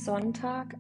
Sonntag,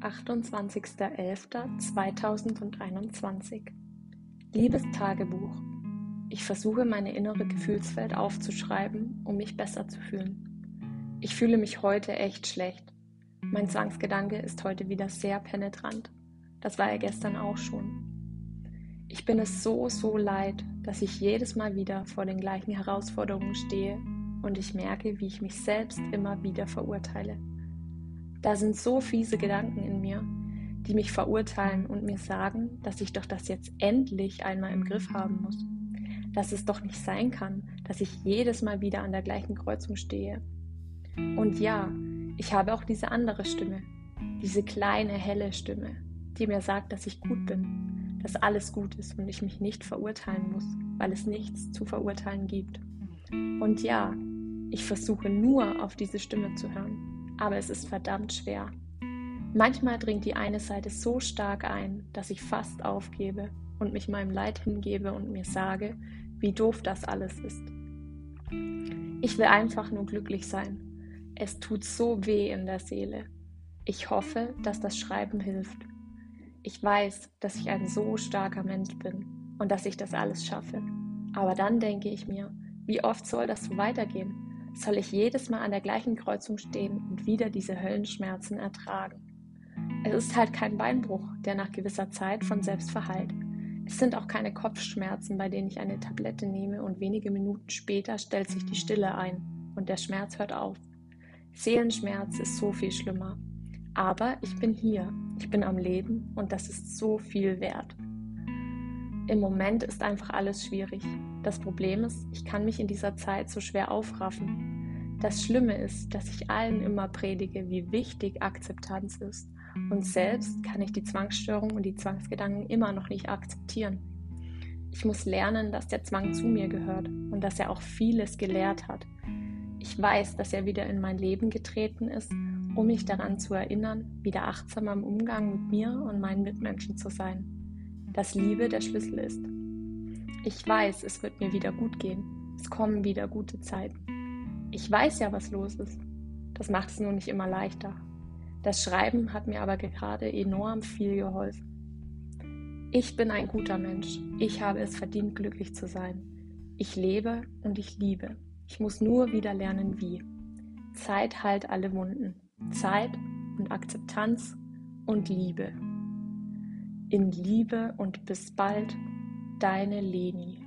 28.11.2021. Liebes Tagebuch, ich versuche meine innere Gefühlswelt aufzuschreiben, um mich besser zu fühlen. Ich fühle mich heute echt schlecht. Mein Zwangsgedanke ist heute wieder sehr penetrant. Das war er gestern auch schon. Ich bin es so leid, dass ich jedes Mal wieder vor den gleichen Herausforderungen stehe und ich merke, wie ich mich selbst immer wieder verurteile. Da sind so fiese Gedanken in mir, die mich verurteilen und mir sagen, dass ich doch das jetzt endlich einmal im Griff haben muss. Dass es doch nicht sein kann, dass ich jedes Mal wieder an der gleichen Kreuzung stehe. Und ja, ich habe auch diese andere Stimme, diese kleine, helle Stimme, die mir sagt, dass ich gut bin, dass alles gut ist und ich mich nicht verurteilen muss, weil es nichts zu verurteilen gibt. Und ja, ich versuche nur auf diese Stimme zu hören. Aber es ist verdammt schwer. Manchmal dringt die eine Seite so stark ein, dass ich fast aufgebe und mich meinem Leid hingebe und mir sage, wie doof das alles ist. Ich will einfach nur glücklich sein. Es tut so weh in der Seele. Ich hoffe, dass das Schreiben hilft. Ich weiß, dass ich ein so starker Mensch bin und dass ich das alles schaffe. Aber dann denke ich mir, wie oft soll das so weitergehen? Soll ich jedes Mal an der gleichen Kreuzung stehen und wieder diese Höllenschmerzen ertragen? Es ist halt kein Beinbruch, der nach gewisser Zeit von selbst verheilt. Es sind auch keine Kopfschmerzen, bei denen ich eine Tablette nehme und wenige Minuten später stellt sich die Stille ein und der Schmerz hört auf. Seelenschmerz ist so viel schlimmer. Aber ich bin hier, ich bin am Leben und das ist so viel wert. Im Moment ist einfach alles schwierig. Das Problem ist, ich kann mich in dieser Zeit so schwer aufraffen. Das Schlimme ist, dass ich allen immer predige, wie wichtig Akzeptanz ist. Und selbst kann ich die Zwangsstörung und die Zwangsgedanken immer noch nicht akzeptieren. Ich muss lernen, dass der Zwang zu mir gehört und dass er auch vieles gelehrt hat. Ich weiß, dass er wieder in mein Leben getreten ist, um mich daran zu erinnern, wieder achtsamer im Umgang mit mir und meinen Mitmenschen zu sein. Dass Liebe der Schlüssel ist. Ich weiß, es wird mir wieder gut gehen. Es kommen wieder gute Zeiten. Ich weiß ja, was los ist. Das macht es nur nicht immer leichter. Das Schreiben hat mir aber gerade enorm viel geholfen. Ich bin ein guter Mensch. Ich habe es verdient, glücklich zu sein. Ich lebe und ich liebe. Ich muss nur wieder lernen, wie. Zeit heilt alle Wunden. Zeit und Akzeptanz und Liebe. In Liebe und bis bald, deine Leni.